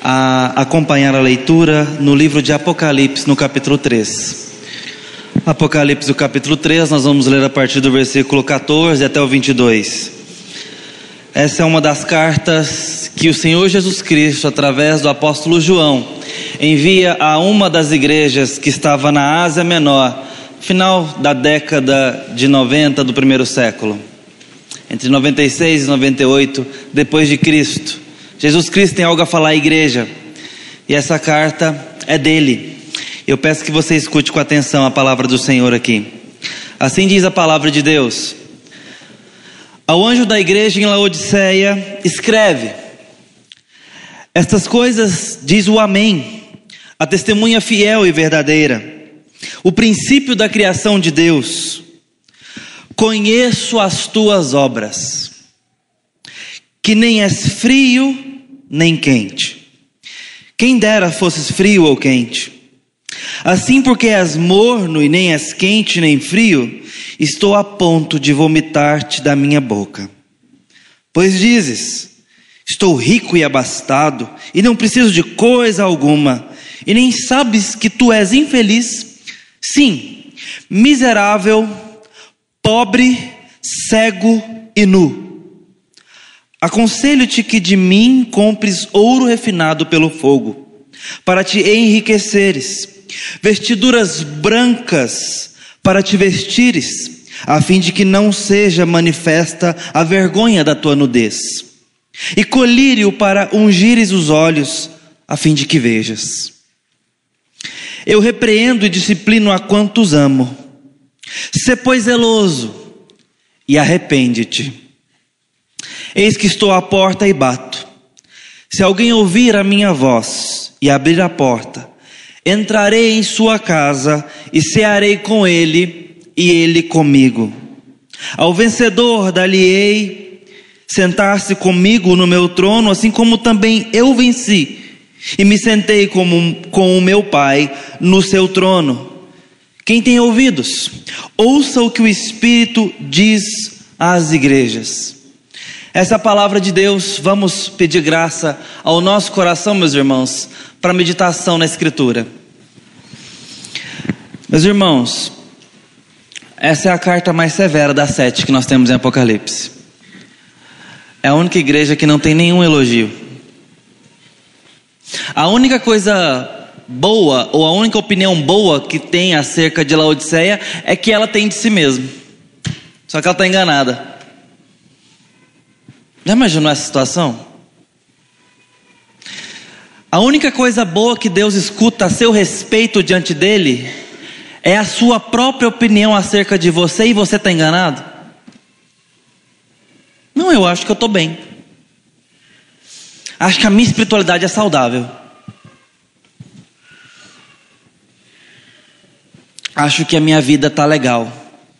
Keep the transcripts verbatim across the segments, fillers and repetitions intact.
a acompanhar a leitura no livro de Apocalipse, no capítulo três. Apocalipse, o capítulo três, nós vamos ler a partir do versículo quatorze até o vinte e dois. Essa é uma das cartas que o Senhor Jesus Cristo, através do apóstolo João, envia a uma das igrejas que estava na Ásia Menor, final da década de noventa do primeiro século, entre noventa e seis e noventa e oito depois de Cristo. Jesus Cristo tem algo a falar à igreja, e essa carta é dele. Eu peço que você escute com atenção a palavra do Senhor aqui. Assim diz a palavra de Deus: ao anjo da igreja em Laodiceia, escreve: estas coisas diz o Amém, a testemunha fiel e verdadeira, o princípio da criação de Deus. Conheço as tuas obras, que nem és frio nem quente. Quem dera fosses frio ou quente. Assim, porque és morno e nem és quente nem frio, estou a ponto de vomitar-te da minha boca. Pois dizes: estou rico e abastado, e não preciso de coisa alguma, e nem sabes que tu és infeliz? Sim, miserável, pobre, cego e nu. Aconselho-te que de mim compres ouro refinado pelo fogo, para te enriqueceres, vestiduras brancas para te vestires, a fim de que não seja manifesta a vergonha da tua nudez, e colírio para ungires os olhos, a fim de que vejas. Eu repreendo e disciplino a quantos amo. Sê, pois, zeloso e arrepende-te. Eis que estou à porta e bato. Se alguém ouvir a minha voz e abrir a porta, entrarei em sua casa e cearei com ele e ele comigo. Ao vencedor dar-lhe-ei sentar-se comigo no meu trono, assim como também eu venci e me sentei como, com o meu Pai no seu trono. Quem tem ouvidos, ouça o que o Espírito diz às igrejas. Essa é a palavra de Deus. Vamos pedir graça ao nosso coração, meus irmãos, para meditação na Escritura. Meus irmãos, essa é a carta mais severa das sete que nós temos em Apocalipse. É a única igreja que não tem nenhum elogio. A única coisa boa, ou a única opinião boa que tem acerca de Laodiceia é que ela tem de si mesma. Só que ela está enganada. Já imaginou essa situação? A única coisa boa que Deus escuta a seu respeito diante dele é a sua própria opinião acerca de você, e você está enganado? Não, eu acho que eu estou bem. Acho que a minha espiritualidade é saudável. Acho que a minha vida está legal.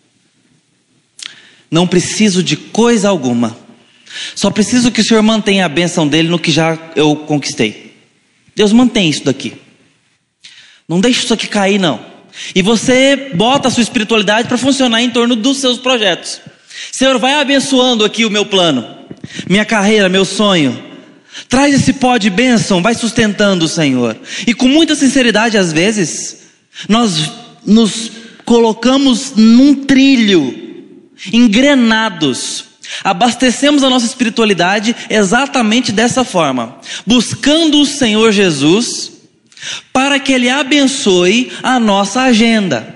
Não preciso de coisa alguma. Só preciso que o Senhor mantenha a bênção dele no que já eu conquistei. Deus mantém isso daqui. Não deixe isso aqui cair, não. E você bota a sua espiritualidade para funcionar em torno dos seus projetos. Senhor, vai abençoando aqui o meu plano, minha carreira, meu sonho. Traz esse pó de bênção, vai sustentando, Senhor. E com muita sinceridade, às vezes, nós nos colocamos num trilho, engrenados. Abastecemos a nossa espiritualidade exatamente dessa forma, buscando o Senhor Jesus para que Ele abençoe a nossa agenda.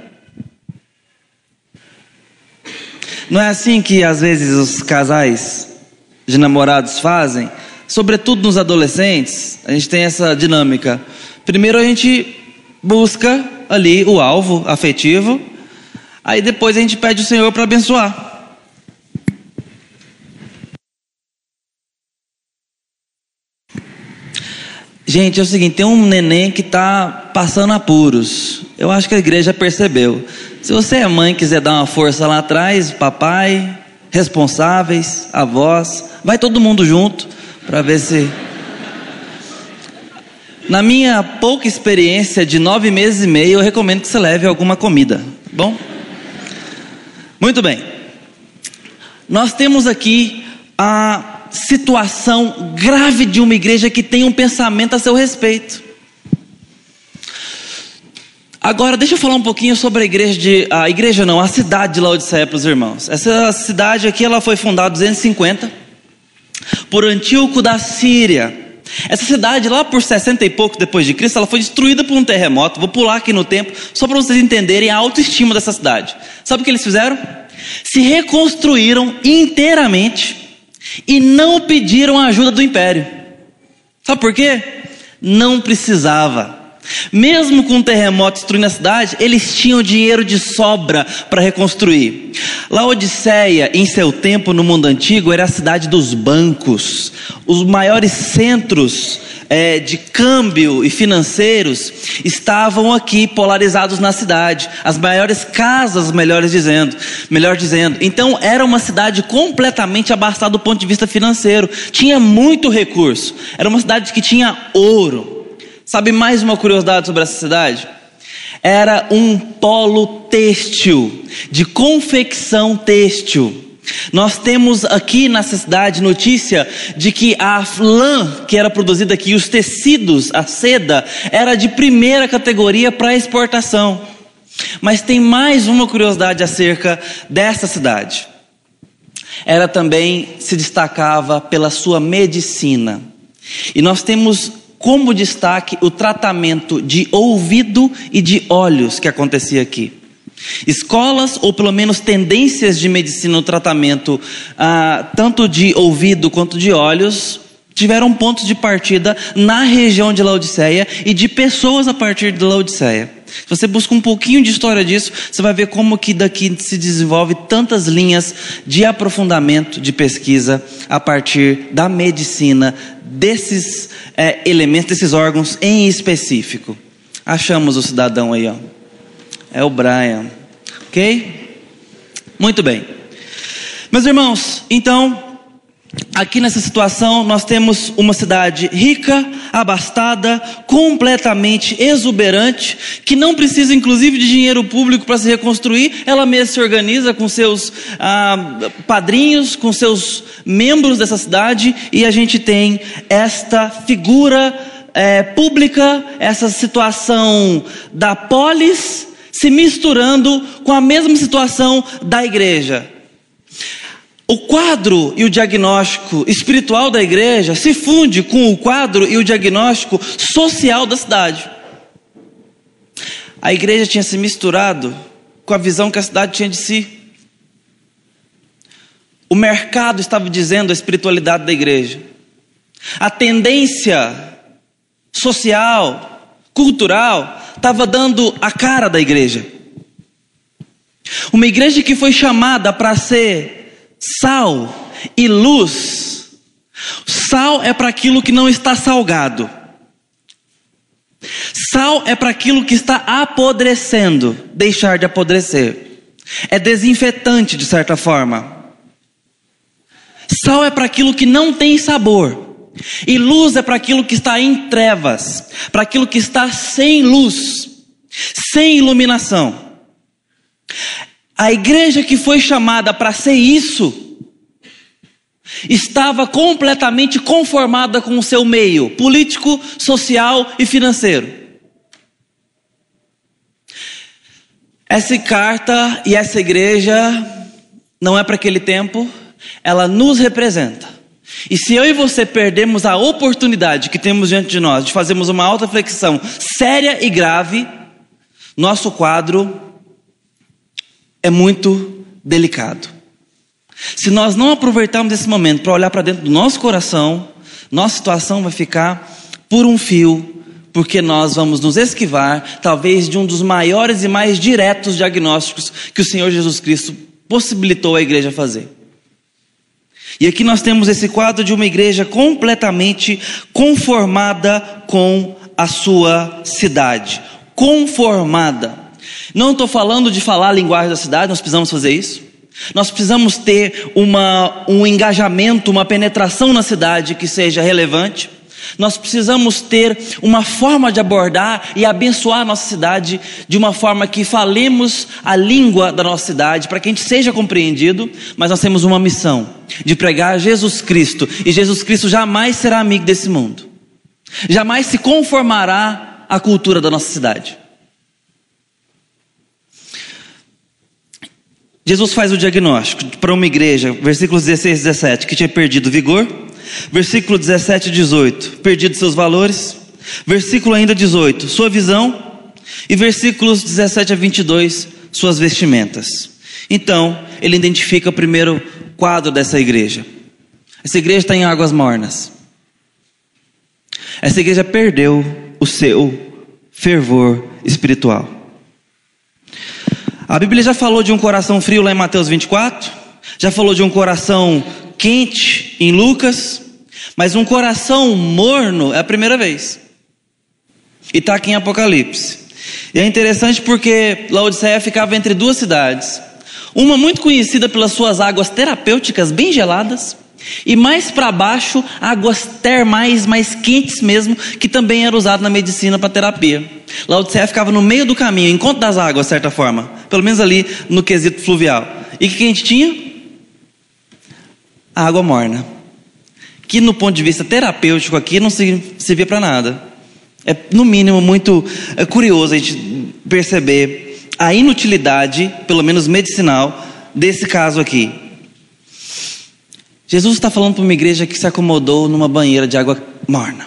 Não é assim que às vezes os casais de namorados fazem? Sobretudo nos adolescentes, a gente tem essa dinâmica. Primeiro a gente busca ali o alvo afetivo, aí depois a gente pede o Senhor para abençoar. Gente, é o seguinte, tem um neném que está passando apuros. Eu acho que a igreja percebeu. Se você é mãe e quiser dar uma força lá atrás, papai, responsáveis, avós, vai todo mundo junto para ver se... Na minha pouca experiência de nove meses e meio, eu recomendo que você leve alguma comida, bom? Muito bem. Nós temos aqui a situação grave de uma igreja que tem um pensamento a seu respeito. Agora, deixa eu falar um pouquinho sobre a igreja de... A igreja não, a cidade de Laodiceia para os irmãos. Essa cidade aqui, ela foi fundada em duzentos e cinquenta por Antíoco da Síria. Essa cidade, lá por sessenta e pouco depois de Cristo, ela foi destruída por um terremoto. Vou pular aqui no tempo, só para vocês entenderem a autoestima dessa cidade. Sabe o que eles fizeram? Se reconstruíram inteiramente e não pediram a ajuda do império. Sabe por quê? Não precisava. Mesmo com um terremoto destruindo a cidade, eles tinham dinheiro de sobra para reconstruir. Laodiceia, em seu tempo no mundo antigo, era a cidade dos bancos. Os maiores centros é, de câmbio e financeiros estavam aqui polarizados na cidade. As maiores casas, melhor dizendo, melhor dizendo. Então era uma cidade completamente abastada do ponto de vista financeiro. Tinha muito recurso. Era uma cidade que tinha ouro. Sabe mais uma curiosidade sobre essa cidade? Era um polo têxtil, de confecção têxtil. Nós temos aqui nessa cidade notícia de que a lã que era produzida aqui, os tecidos, a seda, era de primeira categoria para exportação. Mas tem mais uma curiosidade acerca dessa cidade. Ela também se destacava pela sua medicina. E nós temos como destaque o tratamento de ouvido e de olhos que acontecia aqui. Escolas, ou pelo menos tendências de medicina no tratamento, ah, tanto de ouvido quanto de olhos, tiveram pontos de partida na região de Laodiceia e de pessoas a partir de Laodiceia. Se você busca um pouquinho de história disso, você vai ver como que daqui se desenvolve tantas linhas de aprofundamento, de pesquisa, a partir da medicina, desses é, elementos, desses órgãos em específico. Achamos o cidadão aí, ó. É o Brian. Ok? Muito bem. Meus irmãos, então... aqui nessa situação nós temos uma cidade rica, abastada, completamente exuberante, que não precisa inclusive de dinheiro público para se reconstruir. Ela mesma se organiza com seus ah, padrinhos, com seus membros dessa cidade, e a gente tem esta figura é, pública, essa situação da polis se misturando com a mesma situação da igreja. O quadro e o diagnóstico espiritual da igreja se funde com o quadro e o diagnóstico social da cidade. A igreja tinha se misturado com a visão que a cidade tinha de si. O mercado estava dizendo a espiritualidade da igreja. A tendência social, cultural, estava dando a cara da igreja. Uma igreja que foi chamada para ser sal e luz. Sal é para aquilo que não está salgado. Sal é para aquilo que está apodrecendo, deixar de apodrecer. É desinfetante de certa forma. Sal é para aquilo que não tem sabor. E luz é para aquilo que está em trevas, para aquilo que está sem luz, sem iluminação. A igreja que foi chamada para ser isso, estava completamente conformada com o seu meio político, social e financeiro. Essa carta e essa igreja não é para aquele tempo, ela nos representa. E se eu e você perdemos a oportunidade que temos diante de nós de fazermos uma auto-reflexão séria e grave, nosso quadro é muito delicado. Se nós não aproveitarmos esse momento para olhar para dentro do nosso coração, nossa situação vai ficar por um fio, porque nós vamos nos esquivar, talvez, de um dos maiores e mais diretos diagnósticos que o Senhor Jesus Cristo possibilitou a igreja fazer. E aqui nós temos esse quadro de uma igreja completamente conformada com a sua cidade. Conformada. Não estou falando de falar a linguagem da cidade, nós precisamos fazer isso. Nós precisamos ter uma, um engajamento, uma penetração na cidade que seja relevante. Nós precisamos ter uma forma de abordar e abençoar a nossa cidade de uma forma que falemos a língua da nossa cidade, para que a gente seja compreendido, mas nós temos uma missão de pregar Jesus Cristo, e Jesus Cristo jamais será amigo desse mundo, jamais se conformará à cultura da nossa cidade. Jesus faz o diagnóstico para uma igreja, versículos dezesseis e dezessete, que tinha perdido vigor. Versículo dezessete e dezoito, perdido seus valores. Versículo ainda dezoito, sua visão. E versículos dezessete a vinte e dois, suas vestimentas. Então, ele identifica o primeiro quadro dessa igreja. Essa igreja está em águas mornas. Essa igreja perdeu o seu fervor espiritual. A Bíblia já falou de um coração frio lá em Mateus vinte e quatro. Já falou de um coração quente em Lucas. Mas um coração morno é a primeira vez. E está aqui em Apocalipse. E é interessante porque Laodiceia ficava entre duas cidades. Uma muito conhecida pelas suas águas terapêuticas bem geladas. E mais para baixo, águas termais mais quentes mesmo, que também era usado na medicina para terapia. Laodiceia ficava no meio do caminho, encontro das águas, de certa forma. Pelo menos ali no quesito fluvial. E o que a gente tinha? A água morna. Que no ponto de vista terapêutico aqui não servia para nada. É no mínimo muito é, curioso a gente perceber a inutilidade, pelo menos medicinal, desse caso aqui. Jesus está falando para uma igreja que se acomodou numa banheira de água morna.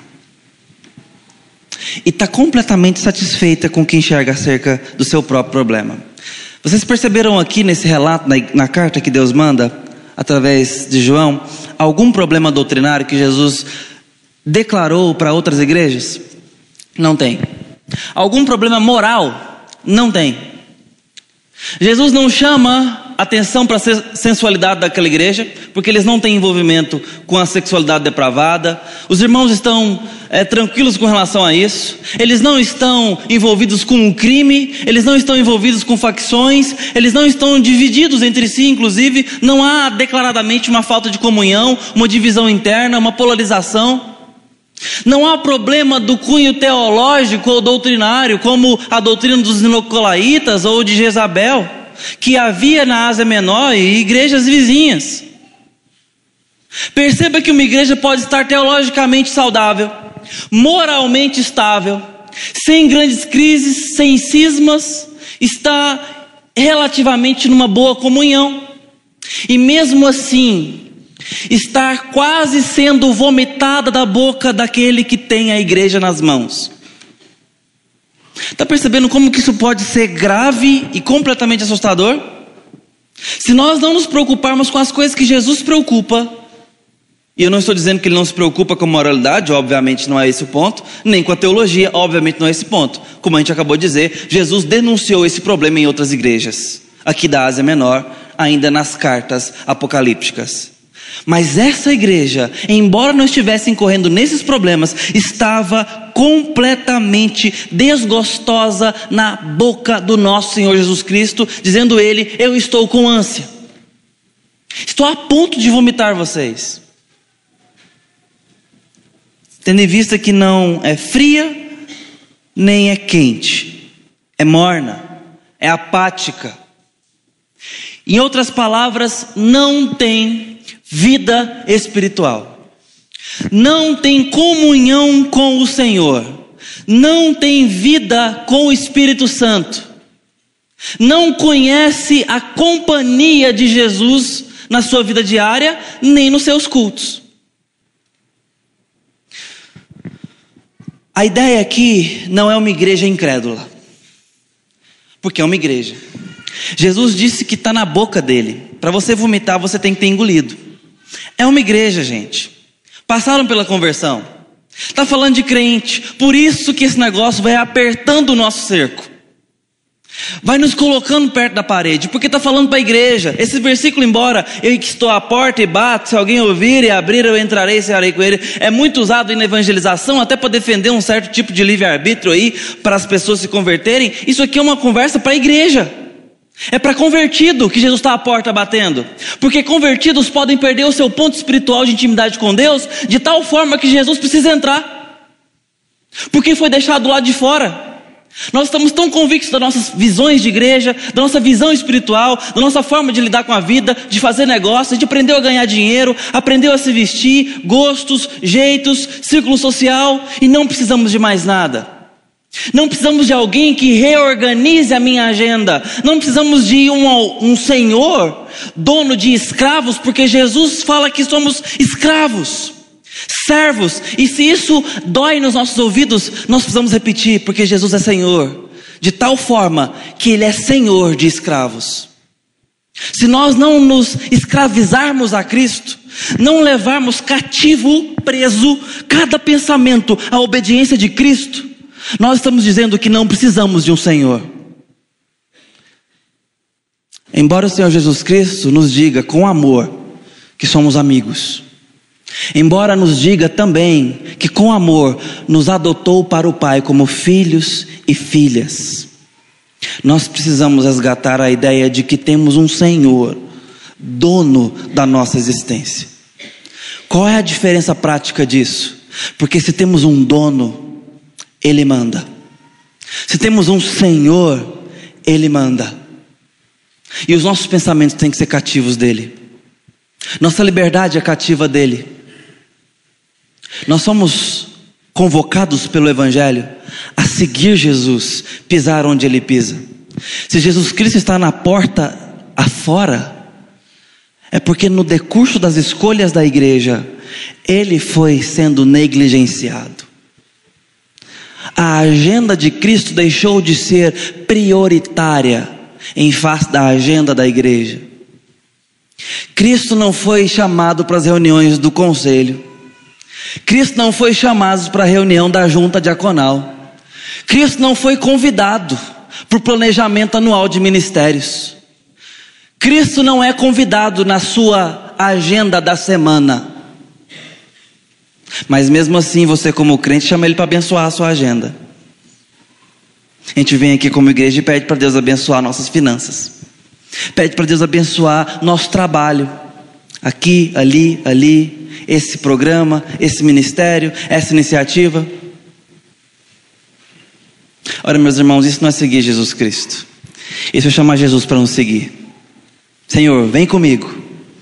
E está completamente satisfeita com o que enxerga acerca do seu próprio problema. Vocês perceberam aqui nesse relato, na, na carta que Deus manda, através de João, algum problema doutrinário que Jesus declarou para outras igrejas? Não tem. Algum problema moral? Não tem. Jesus não chama atenção para a sensualidade daquela igreja, porque eles não têm envolvimento com a sexualidade depravada. Os irmãos estão é, tranquilos com relação a isso. Eles não estão envolvidos com um crime, eles não estão envolvidos com facções, eles não estão divididos entre si, inclusive. Não há declaradamente uma falta de comunhão, uma divisão interna, uma polarização. Não há problema do cunho teológico ou doutrinário, como a doutrina dos Nicolaítas ou de Jezabel, que havia na Ásia Menor e igrejas vizinhas. Perceba que uma igreja pode estar teologicamente saudável, moralmente estável, sem grandes crises, sem cismas, está relativamente numa boa comunhão, e mesmo assim estar quase sendo vomitada da boca daquele que tem a igreja nas mãos. Está percebendo como que isso pode ser grave e completamente assustador? Se nós não nos preocuparmos com as coisas que Jesus se preocupa, e eu não estou dizendo que ele não se preocupa com moralidade, obviamente não é esse o ponto, nem com a teologia, obviamente não é esse ponto. Como a gente acabou de dizer, Jesus denunciou esse problema em outras igrejas, aqui da Ásia Menor, ainda nas cartas apocalípticas. Mas essa igreja, embora não estivesse incorrendo nesses problemas, estava completamente desgostosa na boca do nosso Senhor Jesus Cristo, dizendo ele: eu estou com ânsia, estou a ponto de vomitar vocês. Tendo em vista que não é fria, nem é quente, é morna, é apática. Em outras palavras, não tem vida espiritual, não tem comunhão com o Senhor, não tem vida com o Espírito Santo, não conhece a companhia de Jesus na sua vida diária, nem nos seus cultos. A ideia aqui não é uma igreja incrédula, porque é uma igreja. Jesus disse que está na boca dele. Para você vomitar, você tem que ter engolido. É uma igreja, gente. Passaram pela conversão. Está falando de crente. Por isso que esse negócio vai apertando o nosso cerco. Vai nos colocando perto da parede. Porque está falando para a igreja. Esse versículo, embora eu que estou à porta e bato, se alguém ouvir e abrir, eu entrarei e cearei com ele, é muito usado na evangelização, até para defender um certo tipo de livre-arbítrio aí, para as pessoas se converterem. Isso aqui é uma conversa para a igreja. É para convertido que Jesus está à porta batendo. Porque convertidos podem perder o seu ponto espiritual de intimidade com Deus de tal forma que Jesus precisa entrar. Porque foi deixado do lado de fora. Nós estamos tão convictos das nossas visões de igreja, da nossa visão espiritual, da nossa forma de lidar com a vida, de fazer negócios, a gente aprendeu a ganhar dinheiro, aprendeu a se vestir, gostos, jeitos, círculo social, e não precisamos de mais nada. Não precisamos de alguém que reorganize a minha agenda. Não precisamos de um, um senhor, dono de escravos, porque Jesus fala que somos escravos, servos. E se isso dói nos nossos ouvidos, nós precisamos repetir, porque Jesus é Senhor, de tal forma que Ele é Senhor de escravos. Se nós não nos escravizarmos a Cristo, não levarmos cativo, preso, cada pensamento à obediência de Cristo, nós estamos dizendo que não precisamos de um Senhor. Embora o Senhor Jesus Cristo nos diga com amor que somos amigos, embora nos diga também que com amor nos adotou para o Pai como filhos e filhas, nós precisamos resgatar a ideia de que temos um Senhor, dono da nossa existência. Qual é a diferença prática disso? Porque se temos um dono, Ele manda. Se temos um Senhor, Ele manda. E os nossos pensamentos têm que ser cativos dEle. Nossa liberdade é cativa dEle. Nós somos convocados pelo Evangelho a seguir Jesus, pisar onde Ele pisa. Se Jesus Cristo está na porta afora, é porque no decurso das escolhas da igreja, Ele foi sendo negligenciado. A agenda de Cristo deixou de ser prioritária em face da agenda da igreja. Cristo não foi chamado para as reuniões do conselho. Cristo não foi chamado para a reunião da junta diaconal. Cristo não foi convidado para o planejamento anual de ministérios. Cristo não é convidado na sua agenda da semana. Mas mesmo assim, você como crente chama Ele para abençoar a sua agenda. A gente vem aqui como igreja e pede para Deus abençoar nossas finanças. Pede para Deus abençoar nosso trabalho. Aqui, ali, ali. Esse programa, esse ministério, essa iniciativa. Ora, meus irmãos, isso não é seguir Jesus Cristo. Isso é chamar Jesus para nos seguir. Senhor, vem comigo.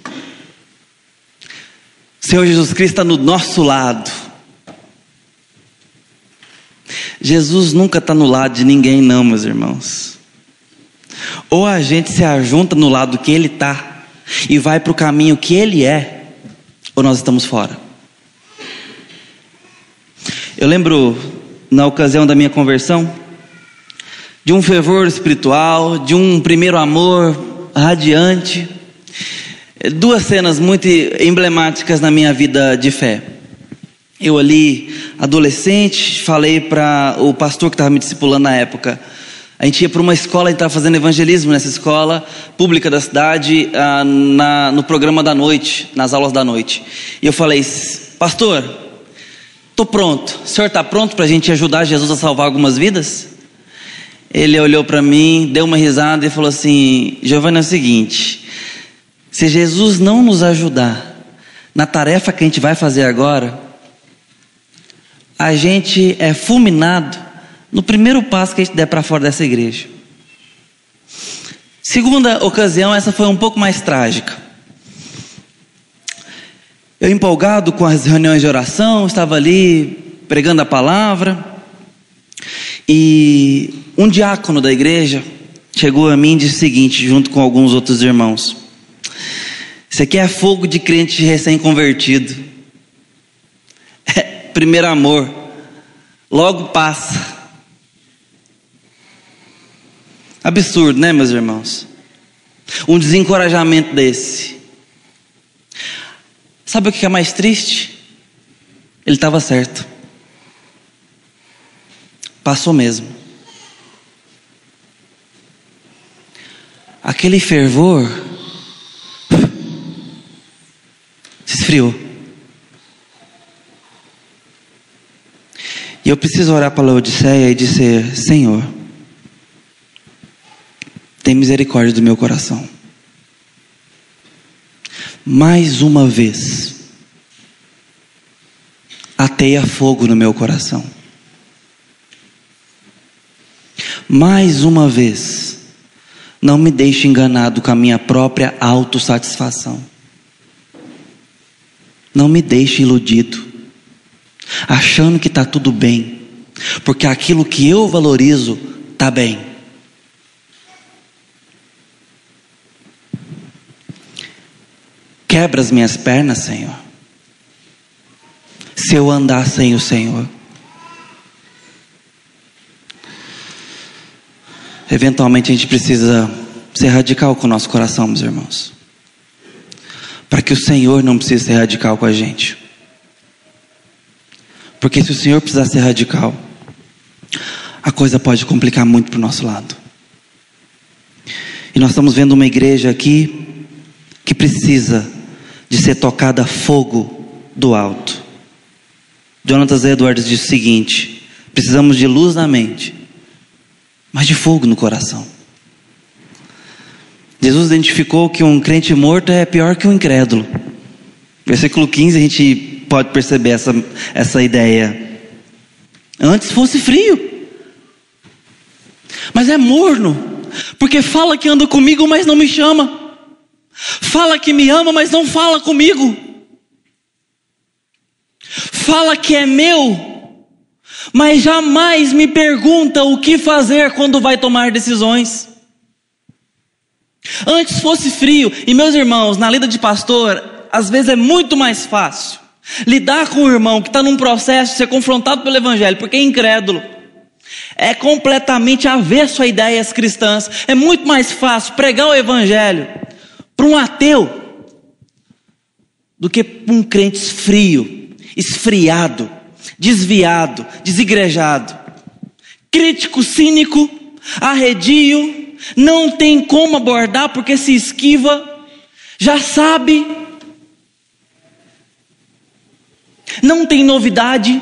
Senhor Jesus Cristo está no nosso lado. Jesus nunca está no lado de ninguém não, meus irmãos. Ou a gente se ajunta no lado que Ele está e vai para o caminho que Ele é, ou nós estamos fora. Eu lembro, na ocasião da minha conversão, de um fervor espiritual, de um primeiro amor radiante. Duas cenas muito emblemáticas na minha vida de fé. Eu ali, adolescente, falei para o pastor que estava me discipulando na época. A gente ia para uma escola, a gente estava fazendo evangelismo nessa escola pública da cidade, ah, na, no programa da noite, nas aulas da noite. E eu falei, pastor, estou pronto, o senhor está pronto para a gente ajudar Jesus a salvar algumas vidas? Ele olhou para mim, deu uma risada e falou assim, Giovanni, é o seguinte... Se Jesus não nos ajudar na tarefa que a gente vai fazer agora, a gente é fulminado no primeiro passo que a gente der para fora dessa igreja. Segunda ocasião, essa foi um pouco mais trágica. Eu empolgado com as reuniões de oração, estava ali pregando a palavra, e um diácono da igreja chegou a mim e disse o seguinte, junto com alguns outros irmãos: isso aqui é fogo de crente recém-convertido. É primeiro amor. Logo passa. Absurdo, né, meus irmãos? Um desencorajamento desse. Sabe o que é mais triste? Ele estava certo. Passou mesmo. Aquele fervor se esfriou. E eu preciso orar para Laodiceia e dizer: Senhor, tem misericórdia do meu coração. Mais uma vez, ateia fogo no meu coração. Mais uma vez, não me deixe enganado com a minha própria autossatisfação. Não me deixe iludido, achando que está tudo bem, porque aquilo que eu valorizo está bem. Quebra as minhas pernas, Senhor, se eu andar sem o Senhor. Eventualmente a gente precisa ser radical com o nosso coração, meus irmãos, para que o Senhor não precise ser radical com a gente. Porque se o Senhor precisar ser radical, a coisa pode complicar muito para o nosso lado. E nós estamos vendo uma igreja aqui que precisa de ser tocada a fogo do alto. Jonathan Edwards diz o seguinte: precisamos de luz na mente, mas de fogo no coração. Jesus identificou que um crente morto é pior que um incrédulo. Versículo quinze, a gente pode perceber essa, essa ideia. Antes fosse frio, mas é morno, porque fala que anda comigo, mas não me chama. Fala que me ama, mas não fala comigo. Fala que é meu, mas jamais me pergunta o que fazer quando vai tomar decisões. Antes fosse frio. E meus irmãos, na lida de pastor, às vezes é muito mais fácil lidar com o irmão que está num processo de ser confrontado pelo evangelho, porque é incrédulo, é completamente avesso a ideias cristãs. É muito mais fácil pregar o evangelho para um ateu do que para um crente frio, esfriado, desviado, desigrejado, crítico, cínico, arredio, não tem como abordar porque se esquiva, já sabe, não tem novidade,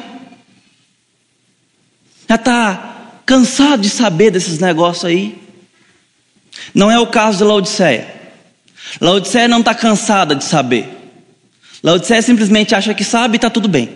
já está cansado de saber desses negócios aí. Não é o caso de Laodiceia. Laodiceia não está cansada de saber. Laodiceia simplesmente acha que sabe e está tudo bem.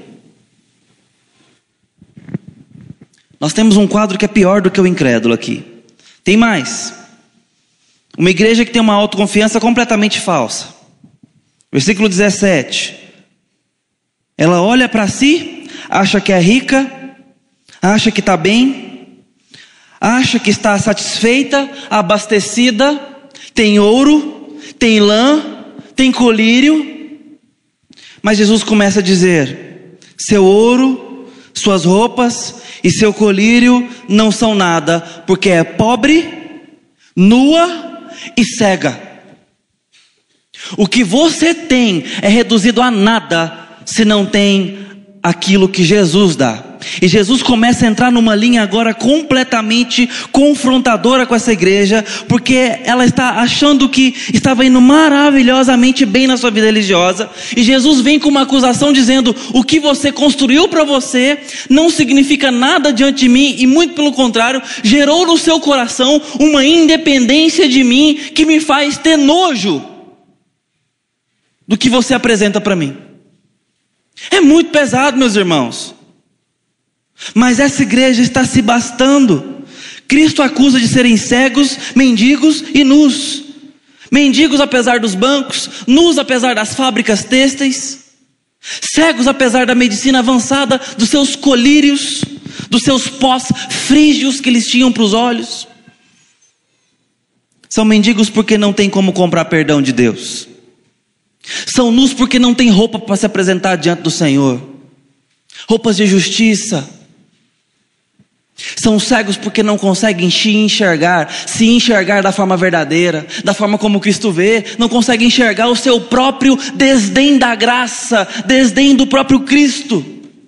Nós temos um quadro que é pior do que o incrédulo aqui. Tem mais. Uma igreja que tem uma autoconfiança completamente falsa. Versículo dezessete. Ela olha para si, acha que é rica, acha que está bem, acha que está satisfeita, abastecida, tem ouro, tem lã, tem colírio. Mas Jesus começa a dizer: seu ouro, suas roupas e seu colírio não são nada, porque é pobre, nua e cega. O que você tem é reduzido a nada se não tem aquilo que Jesus dá. E Jesus começa a entrar numa linha agora completamente confrontadora com essa igreja, porque ela está achando que estava indo maravilhosamente bem na sua vida religiosa, e Jesus vem com uma acusação dizendo: o que você construiu para você não significa nada diante de mim, e muito pelo contrário, gerou no seu coração uma independência de mim que me faz ter nojo do que você apresenta para mim. É muito pesado, meus irmãos. Mas essa igreja está se bastando. Cristo acusa de serem cegos, mendigos e nus. Mendigos apesar dos bancos, nus apesar das fábricas têxteis, cegos apesar da medicina avançada, dos seus colírios, dos seus pós frígios que eles tinham para os olhos. São mendigos porque não tem como comprar perdão de Deus. São nus porque não tem roupa para se apresentar diante do Senhor, roupas de justiça. São cegos porque não conseguem se enxergar, se enxergar da forma verdadeira, da forma como Cristo vê. Não conseguem enxergar o seu próprio desdém da graça, desdém do próprio Cristo.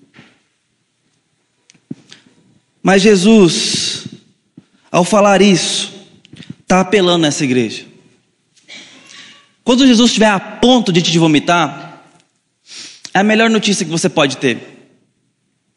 Mas Jesus, ao falar isso, está apelando a essa igreja. Quando Jesus estiver a ponto de te vomitar, é a melhor notícia que você pode ter.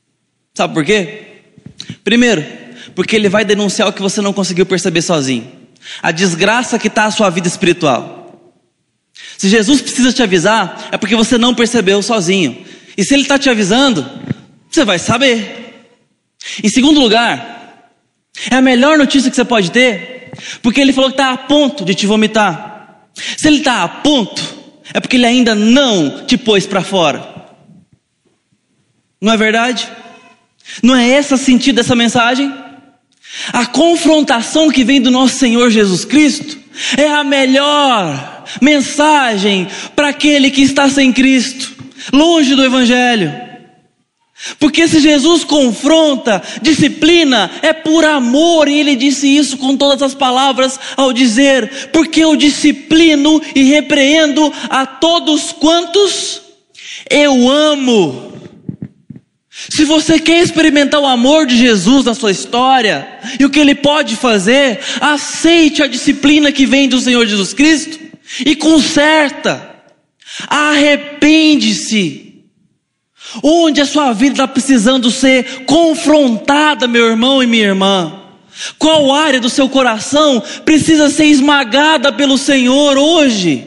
Sabe por quê? Primeiro, porque ele vai denunciar o que você não conseguiu perceber sozinho. a desgraça que está a sua vida espiritual. Se Jesus precisa te avisar, é porque você não percebeu sozinho. E se Ele está te avisando, você vai saber. Em segundo lugar, é a melhor notícia que você pode ter, porque Ele falou que está a ponto de te vomitar. Se Ele está a ponto, é porque Ele ainda não te pôs para fora. Não é verdade? Não é esse o sentido dessa mensagem? A confrontação que vem do nosso Senhor Jesus Cristo é a melhor mensagem para aquele que está sem Cristo, longe do Evangelho. Porque se Jesus confronta, disciplina, é por amor, e Ele disse isso com todas as palavras ao dizer: porque eu disciplino e repreendo a todos quantos eu amo. Se você quer experimentar o amor de Jesus na sua história e o que Ele pode fazer, aceite a disciplina que vem do Senhor Jesus Cristo e conserta. Arrepende-se. Onde a sua vida está precisando ser confrontada, meu irmão e minha irmã? Qual área do seu coração precisa ser esmagada pelo Senhor hoje?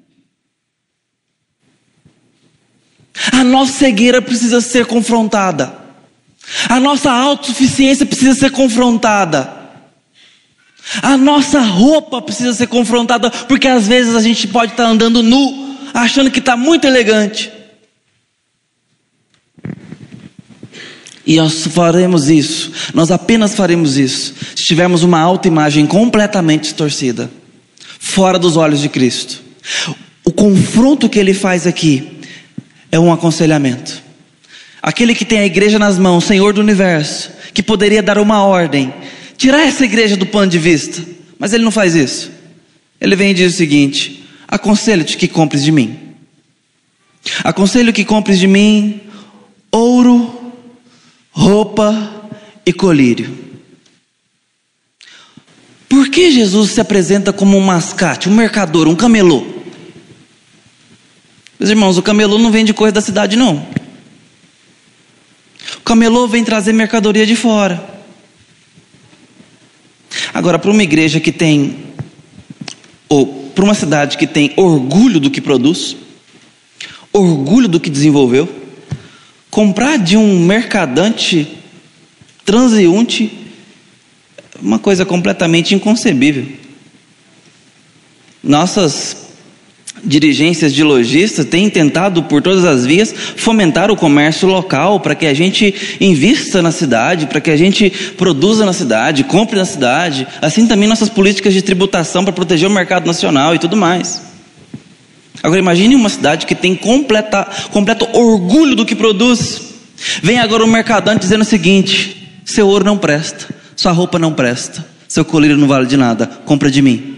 A nossa cegueira precisa ser confrontada. A nossa autossuficiência precisa ser confrontada. A nossa roupa precisa ser confrontada, porque às vezes a gente pode estar andando nu, achando que está muito elegante. E nós faremos isso, nós apenas faremos isso, se tivermos uma autoimagem completamente distorcida, fora dos olhos de Cristo. O confronto que Ele faz aqui é um aconselhamento. Aquele que tem a igreja nas mãos, Senhor do universo, que poderia dar uma ordem, tirar essa igreja do plano de vista, mas Ele não faz isso. Ele vem e diz o seguinte: aconselho-te que compres de mim. Aconselho que compres de mim ouro, roupa e colírio. Por que Jesus se apresenta como um mascate, um mercador, um camelô? Meus irmãos, o camelô não vende coisa da cidade, não. O camelô vem trazer mercadoria de fora. Agora, para uma igreja que tem, ou para uma cidade que tem orgulho do que produz, orgulho do que desenvolveu, comprar de um mercadante transeunte é uma coisa completamente inconcebível. Nossas dirigências de lojistas têm tentado por todas as vias fomentar o comércio local, para que a gente invista na cidade, para que a gente produza na cidade, compre na cidade. Assim também nossas políticas de tributação para proteger o mercado nacional e tudo mais. Agora imagine uma cidade que tem completa, completo orgulho do que produz. Vem agora um mercadante dizendo o seguinte: seu ouro não presta, sua roupa não presta, seu colírio não vale de nada, compra de mim.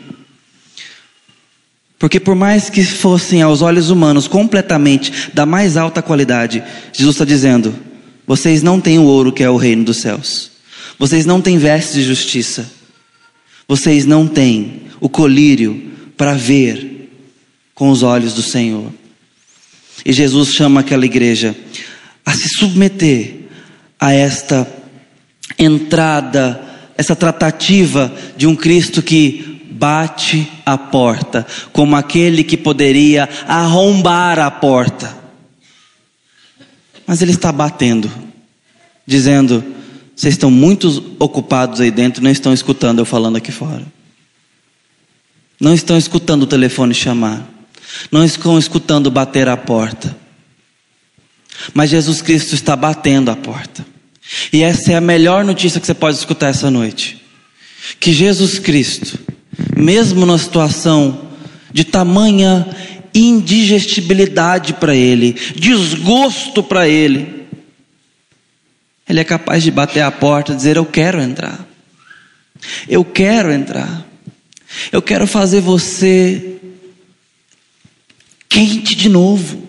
Porque por mais que fossem aos olhos humanos completamente da mais alta qualidade, Jesus está dizendo: vocês não têm o ouro que é o reino dos céus, vocês não têm vestes de justiça, vocês não têm o colírio para ver com os olhos do Senhor. E Jesus chama aquela igreja a se submeter a esta entrada, essa tratativa de um Cristo que bate a porta, como aquele que poderia arrombar a porta. Mas Ele está batendo, dizendo: vocês estão muito ocupados aí dentro, não estão escutando eu falando aqui fora. Não estão escutando o telefone chamar, não estão escutando bater a porta. Mas Jesus Cristo está batendo a porta. E essa é a melhor notícia que você pode escutar essa noite: que Jesus Cristo, mesmo na situação de tamanha indigestibilidade para Ele, desgosto para Ele, Ele é capaz de bater a porta e dizer: eu quero entrar, eu quero entrar, eu quero fazer você quente de novo,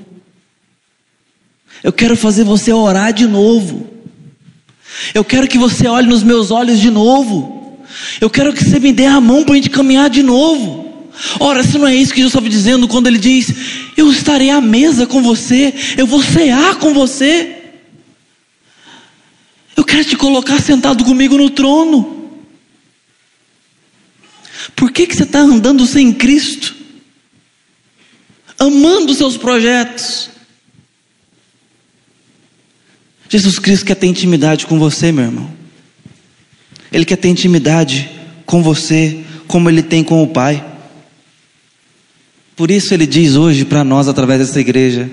eu quero fazer você orar de novo, eu quero que você olhe nos meus olhos de novo, eu quero que você me dê a mão para a gente caminhar de novo. Ora, se não é isso que Jesus estava dizendo quando Ele diz: eu estarei à mesa com você, eu vou cear com você, eu quero te colocar sentado comigo no trono. Por que, que você está andando sem Cristo? Amando os seus projetos. Jesus Cristo quer ter intimidade com você, meu irmão. Ele quer ter intimidade com você, como Ele tem com o Pai. Por isso Ele diz hoje para nós, através dessa igreja: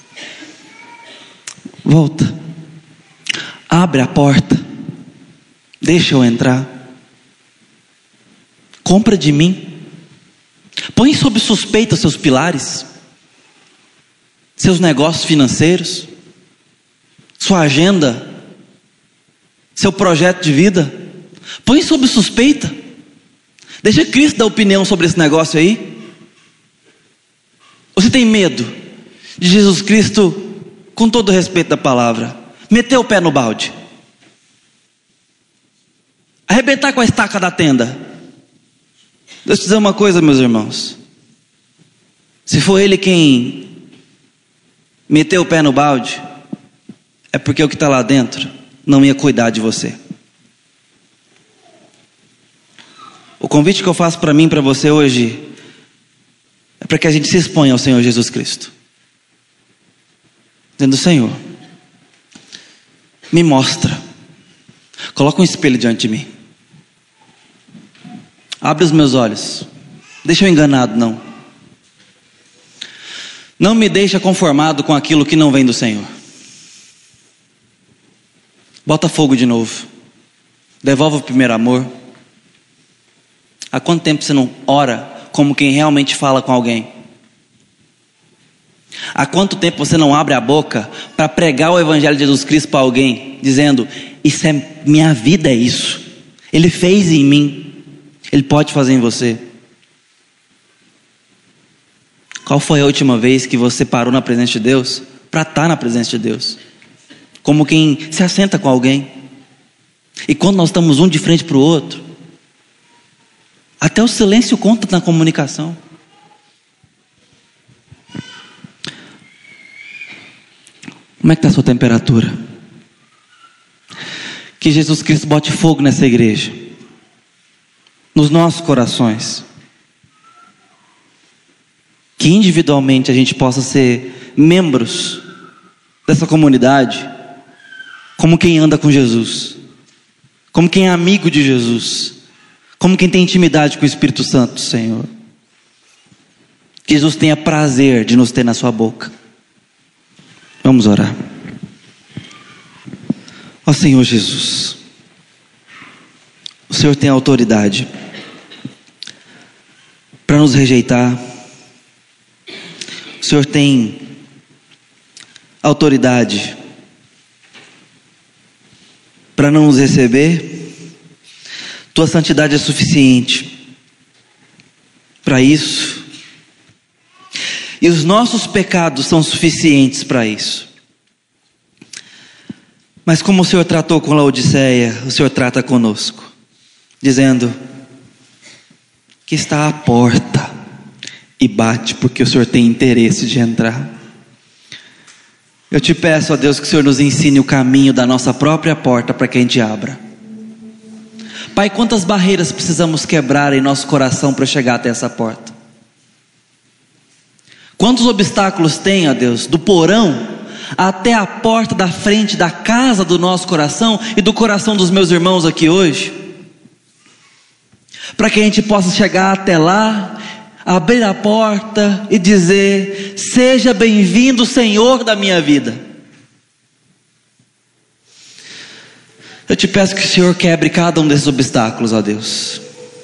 volta, abre a porta, deixa eu entrar, compra de mim, põe sob suspeita seus pilares, seus negócios financeiros, sua agenda, seu projeto de vida, põe sob suspeita. Deixa Cristo dar opinião sobre esse negócio aí. Você tem medo de Jesus Cristo, com todo o respeito da palavra, meter o pé no balde, arrebentar com a estaca da tenda? Deixa eu dizer uma coisa, meus irmãos: se for Ele quem meteu o pé no balde, é porque o que está lá dentro não ia cuidar de você. O convite que eu faço para mim e para você hoje é para que a gente se exponha ao Senhor Jesus Cristo, dizendo: Senhor, me mostra, coloca um espelho diante de mim, abre os meus olhos, deixa eu enganado não, não me deixa conformado com aquilo que não vem do Senhor. Bota fogo de novo, devolve o primeiro amor. Há quanto tempo você não ora como quem realmente fala com alguém? Há quanto tempo você não abre a boca para pregar o Evangelho de Jesus Cristo para alguém, dizendo: isso é minha vida, é isso, Ele fez em mim, Ele pode fazer em você? Qual foi a última vez que você parou na presença de Deus para estar na presença de Deus, como quem se assenta com alguém? E quando nós estamos um de frente para o outro, até o silêncio conta na comunicação. Como é que está a sua temperatura? Que Jesus Cristo bote fogo nessa igreja, nos nossos corações, que individualmente a gente possa ser membros dessa comunidade, como quem anda com Jesus, como quem é amigo de Jesus, como quem tem intimidade com o Espírito Santo, Senhor. Que Jesus tenha prazer de nos ter na sua boca. Vamos orar. Ó Senhor Jesus, o Senhor tem autoridade para nos rejeitar. O Senhor tem autoridade para não nos receber. Tua santidade é suficiente para isso, e os nossos pecados são suficientes para isso. Mas como o Senhor tratou com Laodiceia, o Senhor trata conosco, dizendo que está à porta e bate, porque o Senhor tem interesse de entrar. Eu te peço, ó Deus, que o Senhor nos ensine o caminho da nossa própria porta para que a gente abra. Pai, quantas barreiras precisamos quebrar em nosso coração para chegar até essa porta? Quantos obstáculos tem, ó Deus, do porão até a porta da frente da casa do nosso coração e do coração dos meus irmãos aqui hoje, para que a gente possa chegar até lá, abrir a porta e dizer: seja bem-vindo, Senhor da minha vida. Eu te peço que o Senhor quebre cada um desses obstáculos, ó Deus.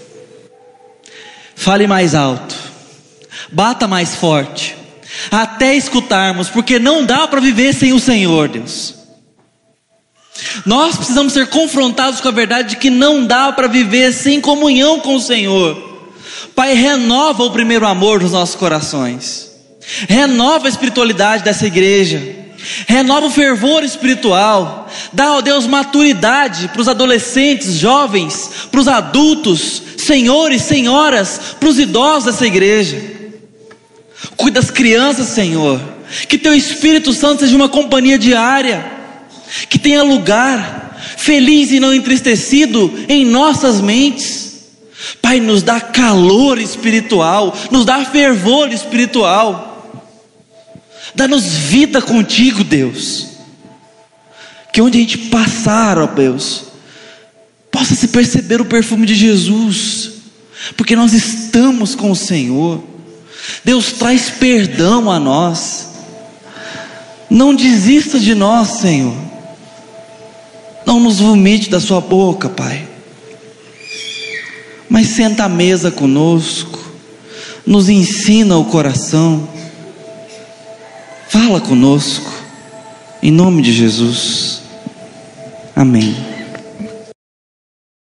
Fale mais alto, bata mais forte, até escutarmos, porque não dá para viver sem o Senhor, Deus. Nós precisamos ser confrontados com a verdade de que não dá para viver sem comunhão com o Senhor. Pai, renova o primeiro amor dos nossos corações, renova a espiritualidade dessa igreja, renova o fervor espiritual, dá, ó Deus, maturidade para os adolescentes, jovens, para os adultos, senhores, senhoras, para os idosos dessa igreja. Cuida das crianças, Senhor, que Teu Espírito Santo seja uma companhia diária, que tenha lugar, feliz e não entristecido em nossas mentes. Pai, nos dá calor espiritual, nos dá fervor espiritual, dá-nos vida contigo, Deus, que onde a gente passar, ó Deus, possa se perceber o perfume de Jesus, porque nós estamos com o Senhor. Deus, traz perdão a nós, não desista de nós, Senhor, não nos vomite da sua boca, Pai, mas senta à mesa conosco, nos ensina o coração, fala conosco, em nome de Jesus, amém.